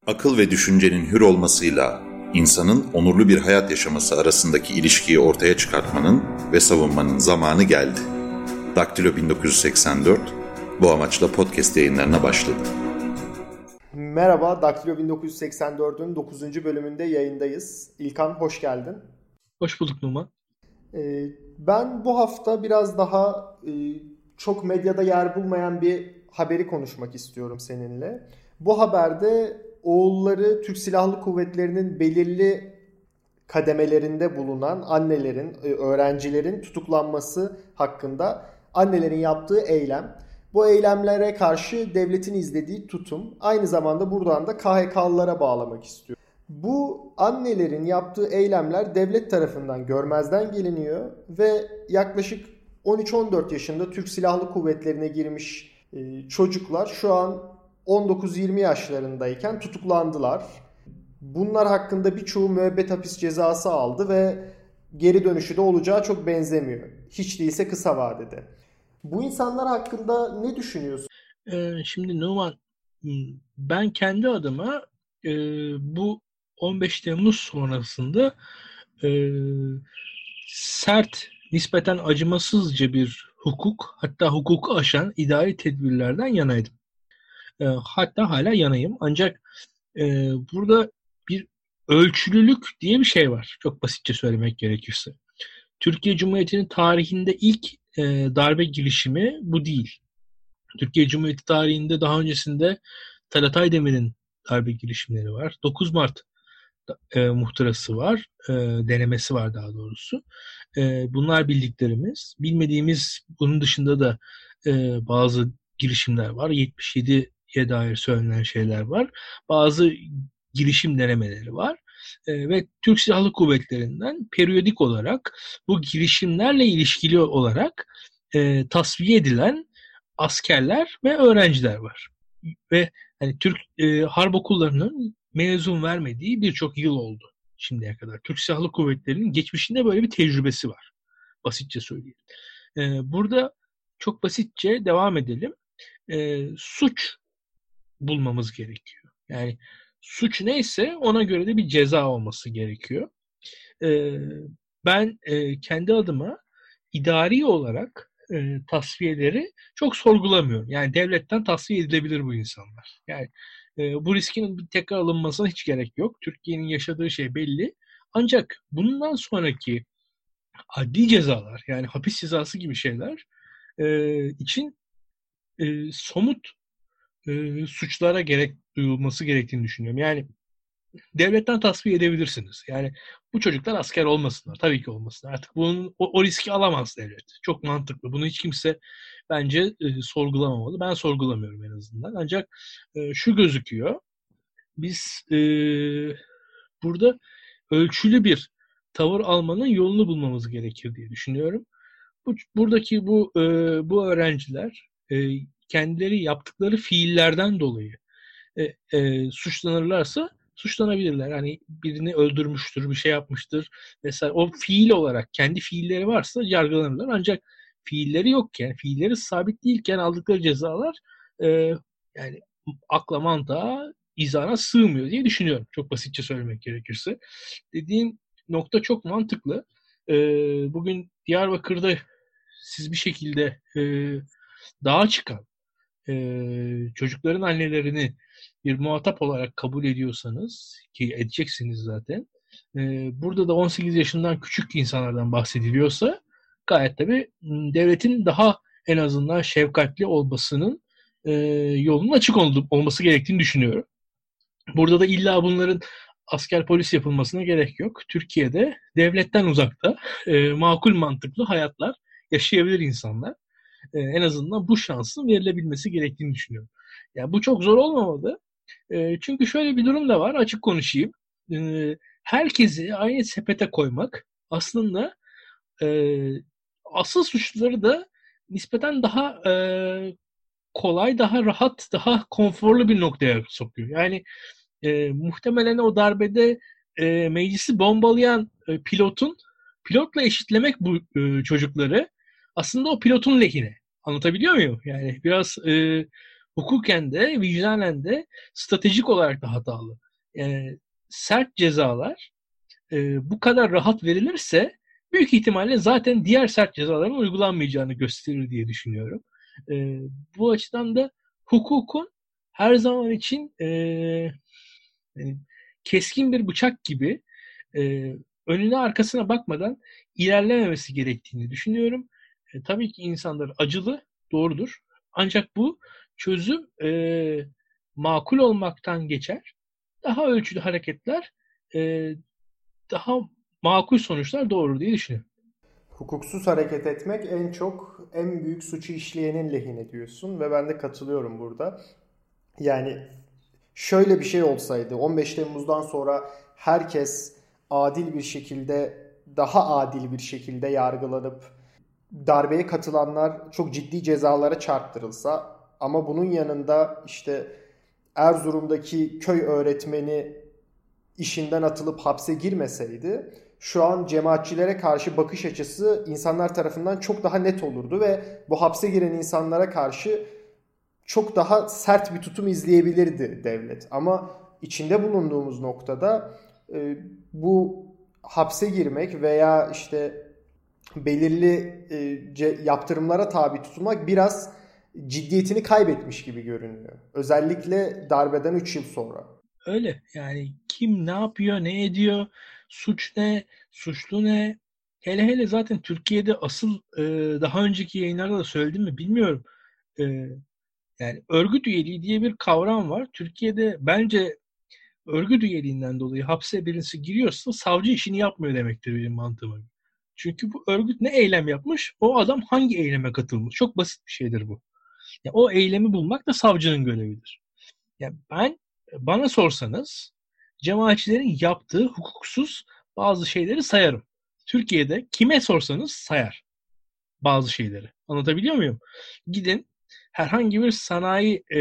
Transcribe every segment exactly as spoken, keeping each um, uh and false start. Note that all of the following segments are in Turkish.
Akıl ve düşüncenin hür olmasıyla insanın onurlu bir hayat yaşaması arasındaki ilişkiyi ortaya çıkartmanın ve savunmanın zamanı geldi. Daktilo bin dokuz yüz seksen dört bu amaçla podcast yayınlarına başladı. Merhaba, Daktilo bin dokuz yüz seksen dördün dokuzuncu bölümünde yayındayız. İlkan, hoş geldin. Hoş bulduk Numan. Ee, ben bu hafta biraz daha e, çok medyada yer bulmayan bir haberi konuşmak istiyorum seninle. Bu haberde oğulları Türk Silahlı Kuvvetleri'nin belirli kademelerinde bulunan annelerin, öğrencilerin tutuklanması hakkında annelerin yaptığı eylem. Bu eylemlere karşı devletin izlediği tutum. Aynı zamanda buradan da K H K'lılara bağlamak istiyorum. Bu annelerin yaptığı eylemler devlet tarafından görmezden geliniyor ve yaklaşık on üç on dört yaşında Türk Silahlı Kuvvetleri'ne girmiş çocuklar şu an on dokuz yirmi yaşlarındayken tutuklandılar. Bunlar hakkında birçoğu müebbet hapis cezası aldı ve geri dönüşü de olacağı çok benzemiyor. Hiç değilse kısa vadede. Bu insanlar hakkında ne düşünüyorsun? Ee, şimdi Numan, ben kendi adıma e, bu on beş Temmuz sonrasında e, sert, nispeten acımasızca bir hukuk, hatta hukuku aşan idari tedbirlerden yanaydım. E, hatta hala yanayım. Ancak e, burada bir ölçülülük diye bir şey var. Çok basitçe söylemek gerekirse. Türkiye Cumhuriyeti'nin tarihinde ilk e, darbe girişimi bu değil. Türkiye Cumhuriyeti tarihinde daha öncesinde Talat Aydemir'in darbe girişimleri var. dokuz Mart e, muhtırası var. E, denemesi var daha doğrusu. E, bunlar bildiklerimiz. Bilmediğimiz bunun dışında da e, bazı girişimler var. yetmiş yediye dair söylenen şeyler var. Bazı girişim denemeleri var. E, ve Türk Silahlı Kuvvetleri'nden periyodik olarak bu girişimlerle ilişkili olarak e, tasfiye edilen askerler ve öğrenciler var. Ve hani Türk e, harp okullarının mezun vermediği birçok yıl oldu şimdiye kadar. Türk Silahlı Kuvvetleri'nin geçmişinde böyle bir tecrübesi var. Basitçe söyleyeyim. E, burada çok basitçe devam edelim. E, suç bulmamız gerekiyor. Yani suç neyse ona göre de bir ceza olması gerekiyor. E, ben e, kendi adıma idari olarak e, tasfiyeleri çok sorgulamıyorum. Yani devletten tasfiye edilebilir bu insanlar. Yani e, bu riskin bir tekrar alınmasına hiç gerek yok. Türkiye'nin yaşadığı şey belli. Ancak bundan sonraki adli cezalar, yani hapis cezası gibi şeyler e, için e, somut e, suçlara gerek duyulması gerektiğini düşünüyorum. Yani devletten tasfiye edebilirsiniz. Yani bu çocuklar asker olmasınlar. Tabii ki olmasınlar. Artık bunun, o, o riski alamaz devlet. Çok mantıklı. Bunu hiç kimse bence e, sorgulamamalı. Ben sorgulamıyorum en azından. Ancak e, şu gözüküyor. Biz e, burada ölçülü bir tavır almanın yolunu bulmamız gerekir diye düşünüyorum. Bu, buradaki bu e, bu öğrenciler e, kendileri yaptıkları fiillerden dolayı e, e, suçlanırlarsa suçlanabilirler. Hani birini öldürmüştür, bir şey yapmıştır. Mesela o fiil olarak kendi fiilleri varsa yargılanırlar. Ancak fiilleri yokken, fiilleri sabit değilken aldıkları cezalar e, yani akla, mantığa, izana sığmıyor diye düşünüyorum. Çok basitçe söylemek gerekirse. Dediğin nokta çok mantıklı. E, bugün Diyarbakır'da siz bir şekilde e, dağa çıkan e, çocukların annelerini bir muhatap olarak kabul ediyorsanız, ki edeceksiniz zaten, e, burada da on sekiz yaşından küçük insanlardan bahsediliyorsa gayet tabii devletin daha en azından şefkatli olmasının e, yolunun açık ol- olması gerektiğini düşünüyorum. Burada da illa bunların asker polis yapılmasına gerek yok. Türkiye'de devletten uzakta e, makul mantıklı hayatlar yaşayabilir insanlar. E, en azından bu şansın verilebilmesi gerektiğini düşünüyorum. Yani bu çok zor olmamalı. E, çünkü şöyle bir durum da var, açık konuşayım. E, herkesi aynı sepete koymak aslında e, asıl suçluları da nispeten daha e, kolay, daha rahat, daha konforlu bir noktaya sokuyor. Yani e, muhtemelen o darbede e, meclisi bombalayan e, pilotun pilotla eşitlemek bu e, çocukları aslında o pilotun lehine. Anlatabiliyor muyum? Yani biraz e, hukuken de, vicdanen de, stratejik olarak da hatalı. Yani sert cezalar e, bu kadar rahat verilirse büyük ihtimalle zaten diğer sert cezaların uygulanmayacağını gösterir diye düşünüyorum. E, bu açıdan da hukukun her zaman için e, yani keskin bir bıçak gibi e, önüne arkasına bakmadan ilerlememesi gerektiğini düşünüyorum. E, tabii ki insanlar acılı, doğrudur. Ancak bu çözüm e, makul olmaktan geçer. Daha ölçülü hareketler, e, daha makul sonuçlar doğurur diye düşünüyorum. Hukuksuz hareket etmek en çok en büyük suçu işleyenin lehine diyorsun ve ben de katılıyorum burada. Yani şöyle bir şey olsaydı on beş Temmuz'dan sonra herkes adil bir şekilde, daha adil bir şekilde yargılanıp darbeye katılanlar çok ciddi cezalara çarptırılsa ama bunun yanında işte Erzurum'daki köy öğretmeni işinden atılıp hapse girmeseydi şu an cemaatçilere karşı bakış açısı insanlar tarafından çok daha net olurdu ve bu hapse giren insanlara karşı çok daha sert bir tutum izleyebilirdi devlet. Ama içinde bulunduğumuz noktada e, bu hapse girmek veya işte belirli e, ce, yaptırımlara tabi tutulmak biraz ciddiyetini kaybetmiş gibi görünüyor. Özellikle darbeden üç yıl sonra. Öyle yani kim ne yapıyor, ne ediyor, suç ne, suçlu ne? Hele hele zaten Türkiye'de asıl e, daha önceki yayınlarda da söyledim mi bilmiyorum. E, yani örgüt üyeliği diye bir kavram var. Türkiye'de bence örgüt üyeliğinden dolayı hapse birisi giriyorsa savcı işini yapmıyor demektir benim mantığıma. Çünkü bu örgüt ne eylem yapmış, o adam hangi eyleme katılmış? Çok basit bir şeydir bu. Yani o eylemi bulmak da savcının görevidir. Yani ben, bana sorsanız cemaatçilerin yaptığı hukuksuz bazı şeyleri sayarım. Türkiye'de kime sorsanız sayar bazı şeyleri. Anlatabiliyor muyum? Gidin herhangi bir sanayi e,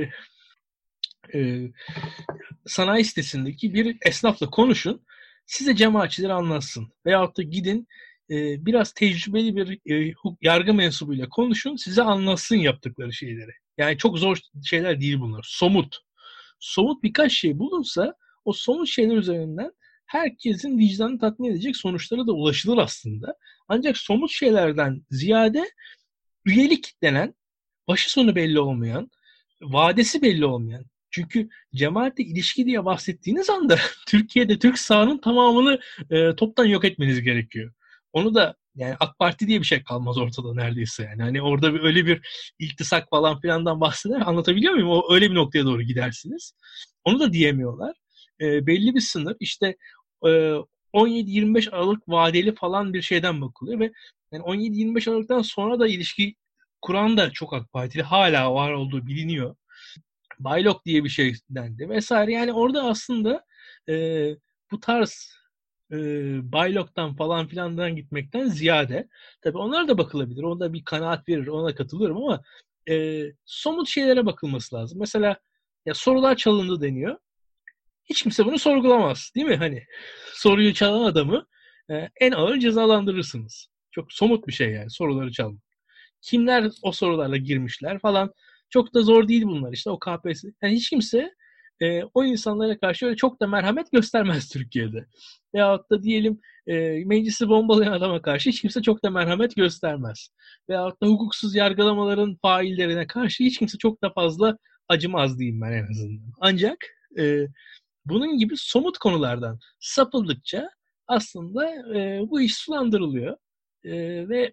e, sanayi sitesindeki bir esnafla konuşun. Size cemaatçileri anlatsın. Veyahut da gidin e, biraz tecrübeli bir e, yargı mensubuyla konuşun. Size anlatsın yaptıkları şeyleri. Yani çok zor şeyler değil bunlar. Somut. Somut birkaç şey bulunsa o somut şeyler üzerinden herkesin vicdanını tatmin edecek sonuçlara da ulaşılır aslında. Ancak somut şeylerden ziyade üyelik denen, başı sonu belli olmayan, vadesi belli olmayan. Çünkü cemaatle ilişki diye bahsettiğiniz anda Türkiye'de Türk sağının tamamını e, toptan yok etmeniz gerekiyor. Onu da yani AK Parti diye bir şey kalmaz ortada neredeyse yani. Hani orada bir, öyle bir iltisak falan filandan bahseder. Anlatabiliyor muyum? O öyle bir noktaya doğru gidersiniz. Onu da diyemiyorlar. E, belli bir sınır işte e, on yedi yirmi beş Aralık vadeli falan bir şeyden bakılıyor ve yani on yedi yirmi beş Aralık'tan sonra da ilişki kuran da çok AK Partili hala var olduğu biliniyor. Baylok diye bir şey dendi vesaire. Yani orada aslında e, bu tarz e, Baylok'tan falan filandan gitmekten ziyade tabii onlar da bakılabilir. O da bir kanaat verir. Ona katılıyorum ama e, somut şeylere bakılması lazım. Mesela ya sorular çalındı deniyor. Hiç kimse bunu sorgulamaz. Değil mi? Hani soruyu çalan adamı e, en ağır cezalandırırsınız. Çok somut bir şey yani soruları çalmak. Kimler o sorularla girmişler falan. Çok da zor değil bunlar işte o K P S S. Yani hiç kimse e, o insanlara karşı öyle çok da merhamet göstermez Türkiye'de. Veyahut da diyelim e, meclisi bombalayan adama karşı hiç kimse çok da merhamet göstermez. Veyahut da hukuksuz yargılamaların faillerine karşı hiç kimse çok da fazla acımaz diyeyim ben en azından. Ancak e, bunun gibi somut konulardan sapıldıkça aslında e, bu iş sulandırılıyor. E, ve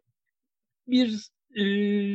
bir e,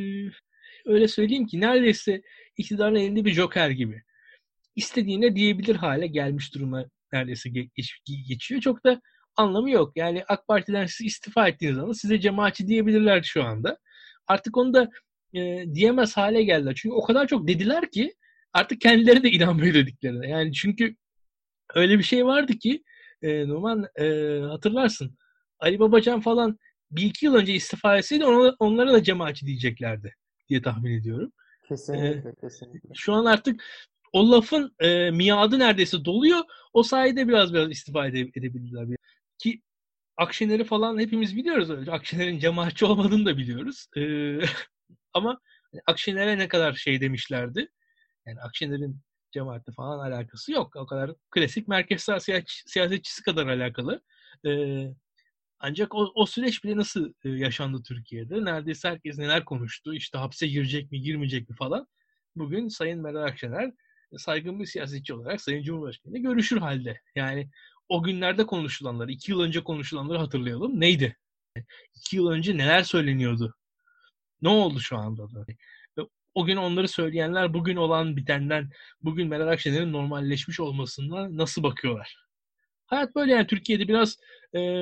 öyle söyleyeyim ki neredeyse iktidarın elinde bir joker gibi. İstediğine diyebilir hale gelmiş duruma neredeyse geç, geçiyor. Çok da anlamı yok. Yani AK Parti'den siz istifa ettiğiniz zaman size cemaatçi diyebilirler şu anda. Artık onu da e, diyemez hale geldiler. Çünkü o kadar çok dediler ki artık kendileri de inanmıyor dediklerine. Yani çünkü öyle bir şey vardı ki e, Numan e, hatırlarsın. Ali Babacan falan bir iki yıl önce istifa etseydi ona, onlara da cemaatçi diyeceklerdi diye tahmin ediyorum. Kesinlikle, ee, kesinlikle. Şu an artık o lafın e, miadı neredeyse doluyor. O sayede biraz biraz istifa ede, edebildiler. Ki Akşener'i falan hepimiz biliyoruz. Öyle. Akşener'in cemaatçi olmadığını da biliyoruz. Ee, ama Akşener'e ne kadar şey demişlerdi. Yani Akşener'in cemaatle falan alakası yok. O kadar klasik merkez sağ siyasetçisi kadar alakalı. Ee, ancak o, o süreç bile nasıl e, yaşandı Türkiye'de? Neredeyse herkes neler konuştu. İşte hapse girecek mi, girmeyecek mi falan. Bugün Sayın Meral Akşener saygın bir siyasetçi olarak Sayın Cumhurbaşkanı ile görüşür halde. Yani o günlerde konuşulanları, iki yıl önce konuşulanları hatırlayalım. Neydi? İki yıl önce neler söyleniyordu? Ne oldu şu anda da? O gün onları söyleyenler bugün olan bitenden, bugün Meral Akşener'in normalleşmiş olmasından nasıl bakıyorlar? Hayat böyle yani Türkiye'de biraz e,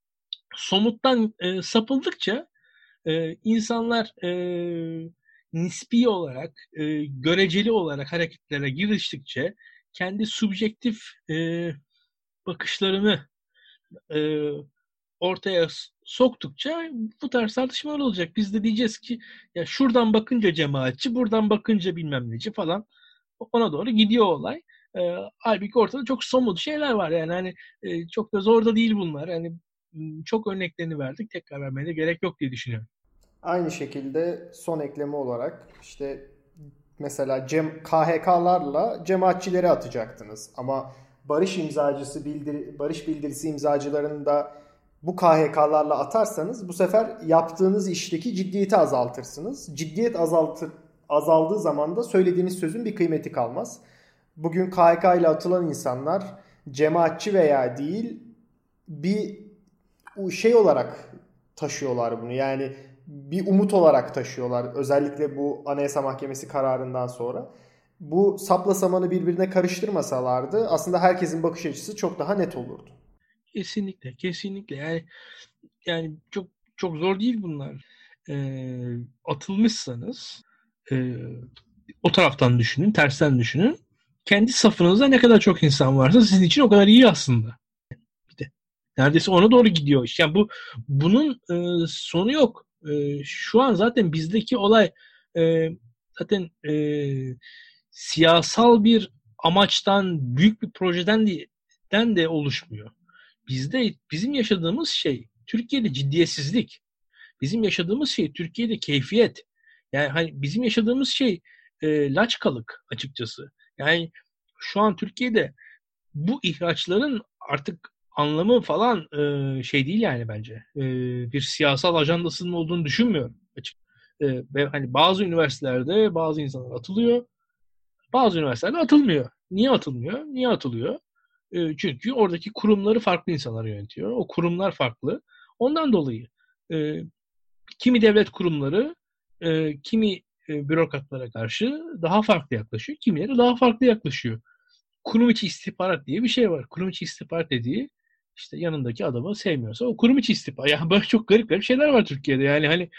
somuttan e, sapıldıkça e, insanlar e, nispi olarak, e, göreceli olarak hareketlere giriştikçe kendi subjektif e, bakışlarını e, ortaya soktukça bu tarz tartışmalar olacak. Biz de diyeceğiz ki ya şuradan bakınca cemaatçi, buradan bakınca bilmem neci falan ona doğru gidiyor olay. E, halbuki ortada çok somut şeyler var yani hani e, çok da zor da değil bunlar. Yani çok örneklerini verdik. Tekrar vermeye de gerek yok diye düşünüyorum. Aynı şekilde son ekleme olarak işte mesela cem, K H K'larla cemaatçileri atacaktınız. Ama barış imzacısı bildiri, barış bildirisi imzacılarını da bu K H K'larla atarsanız bu sefer yaptığınız işteki ciddiyeti azaltırsınız. Ciddiyet azaltır, azaldığı zaman da söylediğiniz sözün bir kıymeti kalmaz. Bugün K H K ile atılan insanlar cemaatçi veya değil bir şey olarak taşıyorlar bunu. Yani bir umut olarak taşıyorlar. Özellikle bu Anayasa Mahkemesi kararından sonra. Bu sapla samanı birbirine karıştırmasalardı aslında herkesin bakış açısı çok daha net olurdu. Kesinlikle, kesinlikle. Yani yani çok çok zor değil bunlar. Ee, atılmışsanız e, o taraftan düşünün, tersten düşünün. Kendi safınızda ne kadar çok insan varsa sizin için o kadar iyi aslında. Bir de neredeyse ona doğru gidiyor iş. Yani bu bunun e, sonu yok. E, şu an zaten bizdeki olay e, zaten e, siyasal bir amaçtan, büyük bir projeden de, de oluşmuyor. Bizde bizim yaşadığımız şey Türkiye'de ciddiyetsizlik. Bizim yaşadığımız şey Türkiye'de keyfiyet. Yani hani bizim yaşadığımız şey e, laçkalık açıkçası. Yani şu an Türkiye'de bu ihraçların artık anlamı falan e, şey değil yani bence. E, bir siyasal ajandasının olduğunu düşünmüyorum açık. E, ve hani bazı üniversitelerde bazı insanlar atılıyor. Bazı üniversitelerde atılmıyor. Niye atılmıyor? Niye atılıyor? E, çünkü oradaki kurumları farklı insanlar yönetiyor. O kurumlar farklı. Ondan dolayı e, kimi devlet kurumları e, kimi e, bürokratlara karşı daha farklı yaklaşıyor. Kimileri daha farklı yaklaşıyor. Kurum içi istihbarat diye bir şey var. Kurum içi istihbarat dediği işte yanındaki adamı sevmiyorsa o kurum içi istihbarat. Yani böyle çok garip garip şeyler var Türkiye'de. Yani hani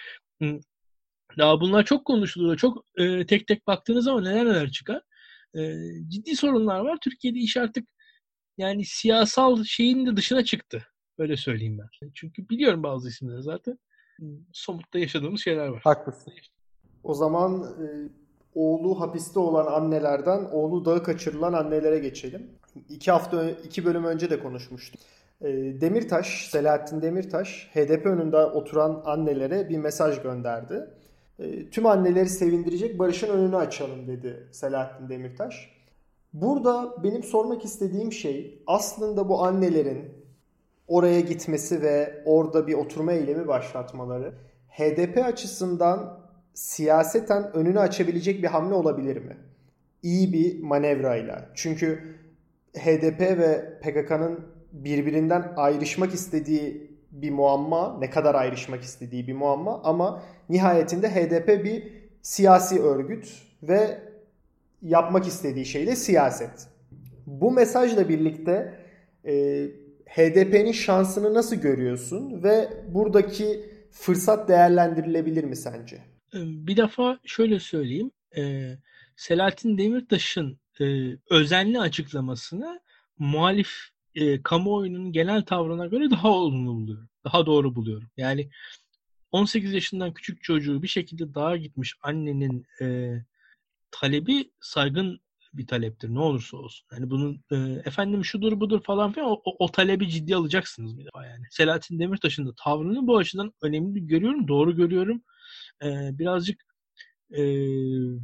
daha bunlar çok konuşuluyor. Çok e, tek tek baktığınız zaman neler neler çıkar. E, ciddi sorunlar var. Türkiye'de iş artık yani siyasal şeyin de dışına çıktı. Böyle söyleyeyim ben. Çünkü biliyorum bazı isimleri zaten. Somutta yaşadığımız şeyler var. Haklısın. O zaman e, oğlu hapiste olan annelerden oğlu dağı kaçırılan annelere geçelim. İki hafta, iki bölüm önce de konuşmuştuk. E, Demirtaş, Selahattin Demirtaş, H D P önünde oturan annelere bir mesaj gönderdi. E, tüm anneleri sevindirecek barışın önünü açalım dedi Selahattin Demirtaş. Burada benim sormak istediğim şey aslında bu annelerin oraya gitmesi ve orada bir oturma eylemi başlatmaları H D P açısından siyaseten önünü açabilecek bir hamle olabilir mi? İyi bir manevrayla. Çünkü H D P ve P K K'nın birbirinden ayrışmak istediği bir muamma, ne kadar ayrışmak istediği bir muamma ama nihayetinde H D P bir siyasi örgüt ve yapmak istediği şey de siyaset. Bu mesajla birlikte e, H D P'nin şansını nasıl görüyorsun ve buradaki fırsat değerlendirilebilir mi sence? Bir defa şöyle söyleyeyim. E, Selahattin Demirtaş'ın e, özenli açıklamasını muhalif e, kamuoyunun genel tavrına göre daha olumlu buluyorum. Daha doğru buluyorum. Yani on sekiz yaşından küçük çocuğu bir şekilde dağa gitmiş annenin e, talebi saygın bir taleptir. Ne olursa olsun. Yani bunun e, efendim şudur budur falan filan o, o, o talebi ciddiye alacaksınız bir defa yani. Selahattin Demirtaş'ın da tavrını bu açıdan önemli görüyorum. Doğru görüyorum. Ee, birazcık e,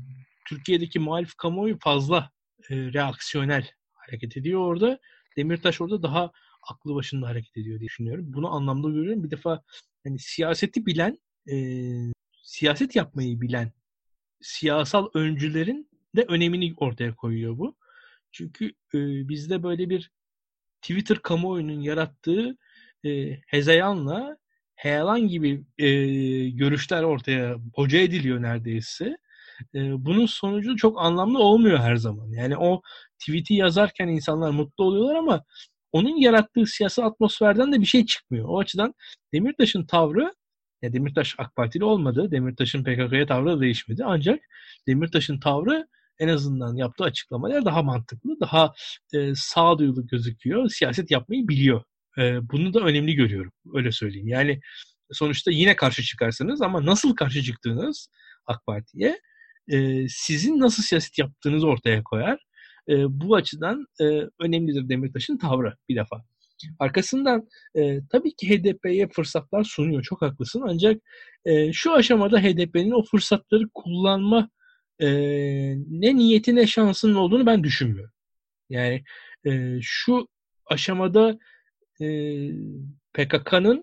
Türkiye'deki muhalif kamuoyu fazla e, reaksiyonel hareket ediyor orada. Demirtaş orada daha aklı başında hareket ediyor diye düşünüyorum. Bunu anlamda görüyorum. Bir defa hani siyaseti bilen, e, siyaset yapmayı bilen siyasal öncülerin de önemini ortaya koyuyor bu. Çünkü e, bizde böyle bir Twitter kamuoyunun yarattığı e, hezeyanla heyelan gibi e, görüşler ortaya boca ediliyor neredeyse. E, bunun sonucu çok anlamlı olmuyor her zaman. Yani o tweet'i yazarken insanlar mutlu oluyorlar ama onun yarattığı siyasal atmosferden de bir şey çıkmıyor. O açıdan Demirtaş'ın tavrı, ya Demirtaş AK Partili olmadı. Demirtaş'ın P K K'ya tavrı da değişmedi. Ancak Demirtaş'ın tavrı en azından yaptığı açıklamalar daha mantıklı, daha e, sağduyulu gözüküyor. Siyaset yapmayı biliyor. E, bunu da önemli görüyorum. Öyle söyleyeyim. Yani sonuçta yine karşı çıkarsınız ama nasıl karşı çıktığınız AK Parti'ye e, sizin nasıl siyaset yaptığınızı ortaya koyar. E, bu açıdan e, önemlidir Demirtaş'ın tavrı bir defa. Arkasından e, tabii ki H D P'ye fırsatlar sunuyor. Çok haklısın. Ancak e, şu aşamada H D P'nin o fırsatları kullanma e, ne niyeti ne şansının olduğunu ben düşünmüyorum. Yani e, şu aşamada e, P K K'nın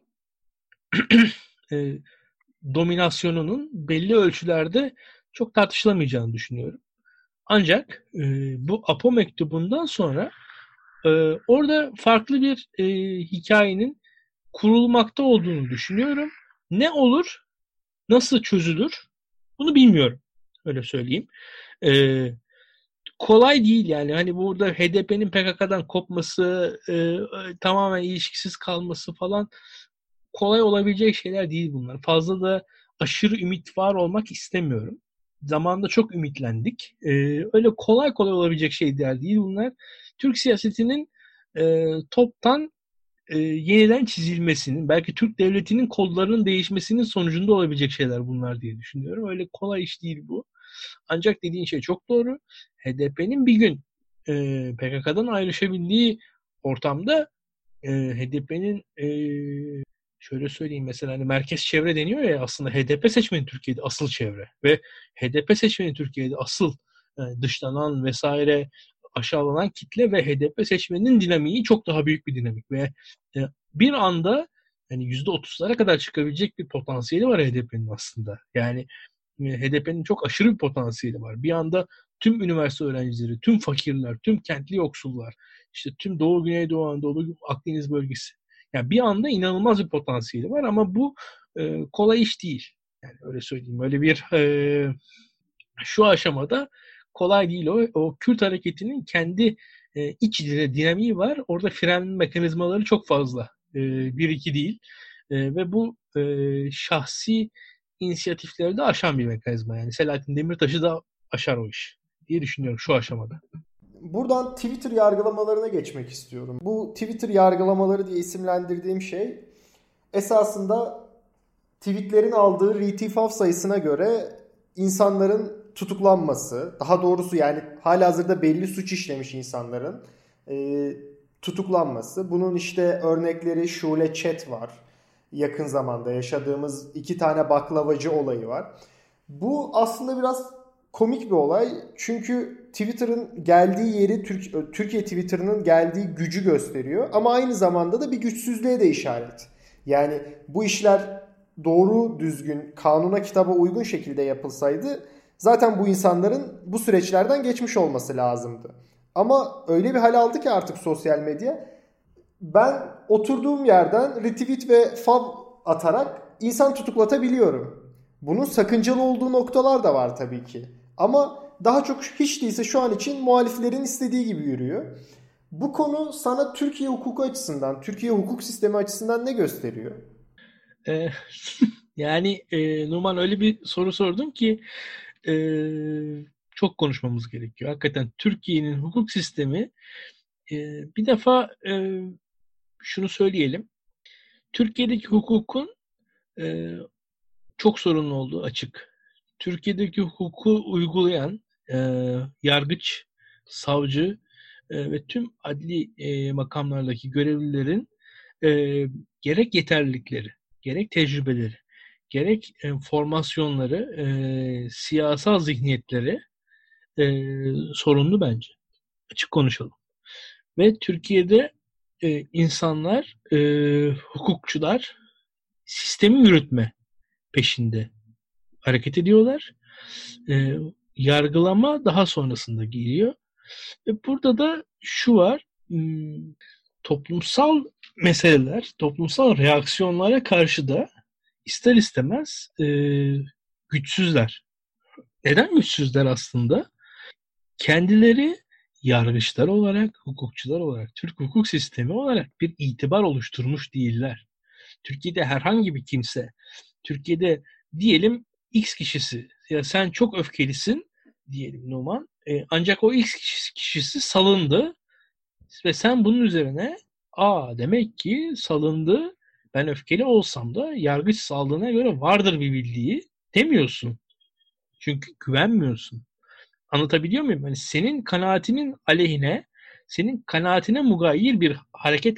e, dominasyonunun belli ölçülerde çok tartışılamayacağını düşünüyorum. Ancak e, bu Apo mektubundan sonra e, orada farklı bir e, hikayenin kurulmakta olduğunu düşünüyorum. Ne olur, nasıl çözülür bunu bilmiyorum. Öyle söyleyeyim. E, kolay değil yani. Hani burada H D P'nin P K K'dan kopması, e, tamamen ilişkisiz kalması falan kolay olabilecek şeyler değil bunlar. Fazla da aşırı ümit var olmak istemiyorum. Zamanında çok ümitlendik. Ee, öyle kolay kolay olabilecek şeyler değil bunlar. Türk siyasetinin e, toptan e, yeniden çizilmesinin, belki Türk devletinin kodlarının değişmesinin sonucunda olabilecek şeyler bunlar diye düşünüyorum. Öyle kolay iş değil bu. Ancak dediğin şey çok doğru. H D P'nin bir gün e, P K K'dan ayrışabildiği ortamda e, H D P'nin e, şöyle söyleyeyim mesela hani merkez çevre deniyor ya, aslında H D P seçmeni Türkiye'de asıl çevre ve H D P seçmeni Türkiye'de asıl yani dışlanan vesaire aşağılanan kitle ve H D P seçmeninin dinamiği çok daha büyük bir dinamik ve e, bir anda yani yüzde otuzlara kadar çıkabilecek bir potansiyeli var H D P'nin aslında. Yani e, H D P'nin çok aşırı bir potansiyeli var. Bir anda tüm üniversite öğrencileri, tüm fakirler, tüm kentli yoksullar, işte tüm Doğu, Güneydoğu Anadolu, Akdeniz bölgesi. Yani bir anda inanılmaz bir potansiyeli var ama bu e, kolay iş değil. Yani öyle söyleyeyim. Öyle bir e, şu aşamada kolay değil o. O Kürt hareketinin kendi e, iç dinamiği var. Orada fren mekanizmaları çok fazla. E, bir iki değil. E, ve bu e, şahsi inisiyatifleri de aşan bir mekanizma. Yani Selahattin Demirtaş'ı da aşar o iş diye düşünüyorum şu aşamada. Buradan Twitter yargılamalarına geçmek istiyorum. Bu Twitter yargılamaları diye isimlendirdiğim şey esasında tweetlerin aldığı retweet sayısına göre insanların tutuklanması, daha doğrusu yani halihazırda belli suç işlemiş insanların e, tutuklanması. Bunun işte örnekleri Şule Chat var. Yakın zamanda yaşadığımız iki tane baklavacı olayı var. Bu aslında biraz komik bir olay. Çünkü Twitter'ın geldiği yeri, Türkiye Twitter'ının geldiği gücü gösteriyor. Ama aynı zamanda da bir güçsüzlüğe de işaret. Yani bu işler doğru, düzgün, kanuna kitaba uygun şekilde yapılsaydı zaten bu insanların bu süreçlerden geçmiş olması lazımdı. Ama öyle bir hal aldı ki artık sosyal medya. Ben oturduğum yerden retweet ve fav atarak insan tutuklatabiliyorum. Bunun sakıncalı olduğu noktalar da var tabii ki. Ama daha çok hiç değilse şu an için muhaliflerin istediği gibi yürüyor. Bu konu sana Türkiye hukuku açısından, Türkiye hukuk sistemi açısından ne gösteriyor? Ee, yani e, Numan öyle bir soru sordun ki e, çok konuşmamız gerekiyor. Hakikaten Türkiye'nin hukuk sistemi e, bir defa e, şunu söyleyelim. Türkiye'deki hukukun e, çok sorunlu olduğu açık. Türkiye'deki hukuku uygulayan e, yargıç, savcı e, ve tüm adli e, makamlardaki görevlilerin e, gerek yeterlilikleri, gerek tecrübeleri, gerek e, formasyonları, e, siyasal zihniyetleri e, sorunlu bence. Açık konuşalım. Ve Türkiye'de e, insanlar, e, hukukçular sistemi yürütme peşinde hareket ediyorlar. E, yargılama daha sonrasında geliyor. Ve burada da şu var, hmm, toplumsal meseleler, toplumsal reaksiyonlara karşı da ister istemez e, güçsüzler. Neden güçsüzler aslında? Kendileri yargıçlar olarak, hukukçular olarak, Türk hukuk sistemi olarak bir itibar oluşturmuş değiller. Türkiye'de herhangi bir kimse, Türkiye'de diyelim X kişisi, ya sen çok öfkelisin diyelim Numan, e, ancak o X kişisi, kişisi salındı ve sen bunun üzerine aa demek ki salındı, ben öfkeli olsam da yargıç saldığına göre vardır bir bildiği demiyorsun. Çünkü güvenmiyorsun. Anlatabiliyor muyum? Hani senin kanaatinin aleyhine, senin kanaatine mugayir bir hareket,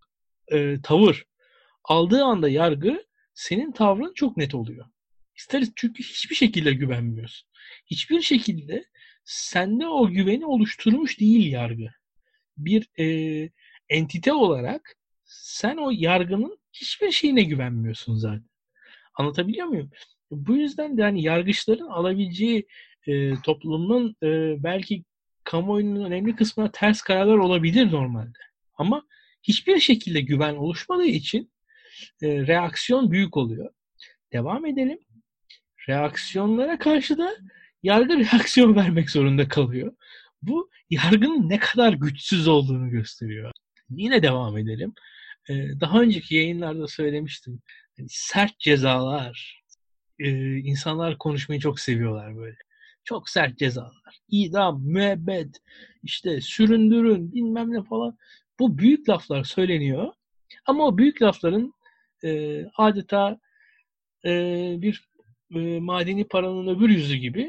e, tavır aldığı anda yargı, senin tavrın çok net oluyor. İster çünkü hiçbir şekilde güvenmiyorsun. Hiçbir şekilde sende o güveni oluşturmuş değil yargı. Bir e, entite olarak sen o yargının hiçbir şeyine güvenmiyorsun zaten. Anlatabiliyor muyum? Bu yüzden de hani yargıçların alabileceği e, toplumun e, belki kamuoyunun önemli kısmına ters kararlar olabilir normalde. Ama hiçbir şekilde güven oluşmadığı için e, reaksiyon büyük oluyor. Devam edelim. Reaksiyonlara karşı da yargı reaksiyon vermek zorunda kalıyor. Bu yargının ne kadar güçsüz olduğunu gösteriyor. Yine devam edelim. E, daha önceki yayınlarda söylemiştim. Yani sert cezalar, e, insanlar konuşmayı çok seviyorlar böyle. Çok sert cezalar. İdam, müebbet, işte süründürün, bilmem ne falan. Bu büyük laflar söyleniyor. Ama o büyük lafların e, adeta e, bir e, madeni paranın öbür yüzü gibi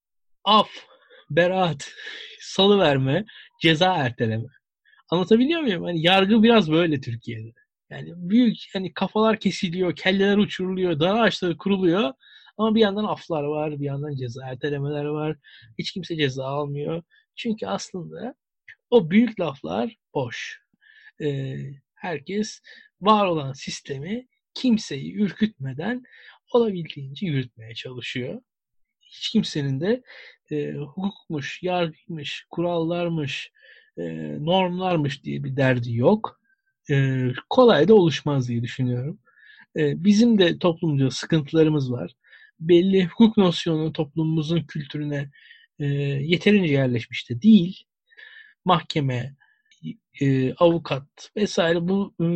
af, beraat, salıverme, ceza erteleme. Anlatabiliyor muyum? Hani yargı biraz böyle Türkiye'de. Yani büyük, hani kafalar kesiliyor, kelleler uçuruluyor, dar ağaçları kuruluyor. Ama bir yandan aflar var, bir yandan ceza ertelemeler var. Hiç kimse ceza almıyor. Çünkü aslında o büyük laflar boş. Ee, herkes var olan sistemi kimseyi ürkütmeden olabildiğince yürütmeye çalışıyor. Hiç kimsenin de e, hukukmuş, yargıymış, kurallarmış, e, normlarmış diye bir derdi yok. E, kolay da oluşmaz diye düşünüyorum. E, bizim de toplumca sıkıntılarımız var. Belli hukuk nosyonu toplumumuzun kültürüne e, yeterince yerleşmiş de değil. Mahkeme, e, avukat vesaire bu e,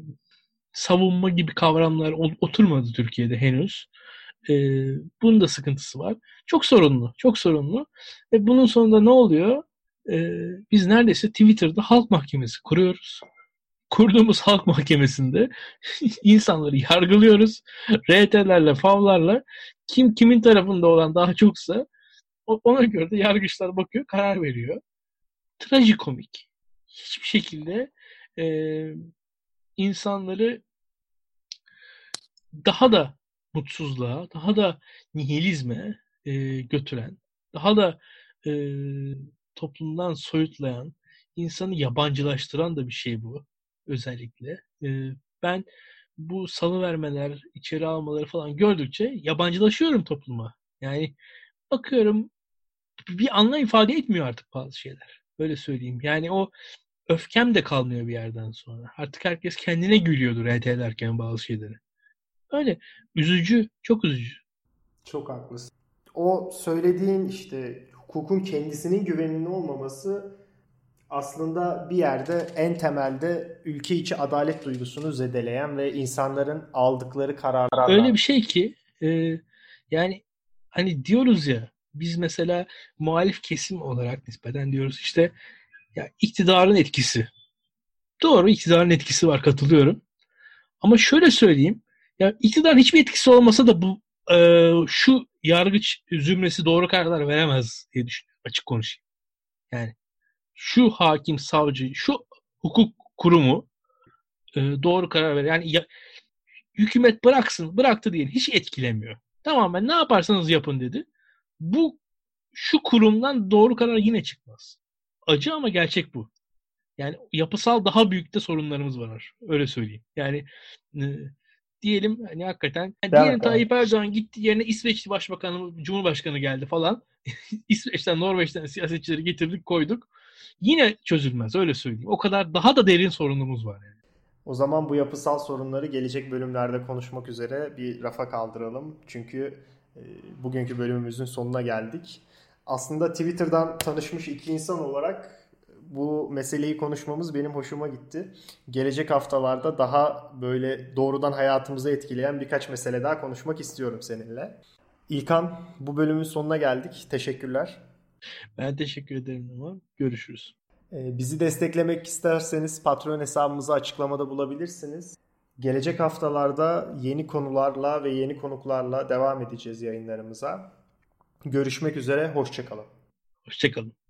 savunma gibi kavramlar oturmadı Türkiye'de henüz. E, bunun da sıkıntısı var. Çok sorunlu, çok sorunlu. Ve bunun sonunda ne oluyor? E, biz neredeyse Twitter'da halk mahkemesi kuruyoruz. Kurduğumuz halk mahkemesinde insanları yargılıyoruz. R T'lerle, favlarla kim kimin tarafında olan daha çoksa ona göre de yargıçlar bakıyor, karar veriyor. Trajikomik. Hiçbir şekilde e, insanları daha da mutsuzluğa, daha da nihilizme e, götüren, daha da e, toplumdan soyutlayan, insanı yabancılaştıran da bir şey bu özellikle. E, ben bu salıvermeler, içeri almaları falan gördükçe yabancılaşıyorum topluma. Yani bakıyorum bir anlam ifade etmiyor artık bazı şeyler. Öyle söyleyeyim. Yani o öfkem de kalmıyor bir yerden sonra. Artık herkes kendine gülüyordur R T ederken bazı şeyleri. Öyle. Üzücü. Çok üzücü. Çok haklısın. O söylediğin işte hukukun kendisinin güveninin olmaması aslında bir yerde en temelde ülke içi adalet duygusunu zedeleyen ve insanların aldıkları kararlardan... Öyle bir şey ki e, yani hani diyoruz ya biz mesela muhalif kesim olarak nispeten diyoruz işte ya iktidarın etkisi. Doğru, iktidarın etkisi var, katılıyorum. Ama şöyle söyleyeyim. Ya iktidarın hiçbir etkisi olmasa da bu e, şu yargıç zümresi doğru kararlar veremez diye düşünüyorum. Açık konuşayım. Yani şu hakim, savcı, şu hukuk kurumu e, doğru karar verir. Yani ya, hükümet bıraksın, bıraktı diye hiç etkilemiyor. Tamamen ne yaparsanız yapın dedi. Bu şu kurumdan doğru karar yine çıkmaz. Acı ama gerçek bu. Yani yapısal daha büyük de sorunlarımız var. Öyle söyleyeyim. Yani e, diyelim hani hakikaten yani diyelim Tayyip Erdoğan gitti, yerine İsveçli Başbakanı, Cumhurbaşkanı geldi falan. İsveç'ten, Norveç'ten siyasetçileri getirdik, koyduk. Yine çözülmez, öyle söyleyeyim. O kadar daha da derin sorunumuz var yani. O zaman bu yapısal sorunları gelecek bölümlerde konuşmak üzere bir rafa kaldıralım. Çünkü e, bugünkü bölümümüzün sonuna geldik. Aslında Twitter'dan tanışmış iki insan olarak bu meseleyi konuşmamız benim hoşuma gitti. Gelecek haftalarda daha böyle doğrudan hayatımızı etkileyen birkaç mesele daha konuşmak istiyorum seninle. İlkan, bu bölümün sonuna geldik. Teşekkürler. Ben teşekkür ederim ama görüşürüz. Bizi desteklemek isterseniz Patreon hesabımızı açıklamada bulabilirsiniz. Gelecek haftalarda yeni konularla ve yeni konuklarla devam edeceğiz yayınlarımıza. Görüşmek üzere, hoşça kalın. Hoşça kalın.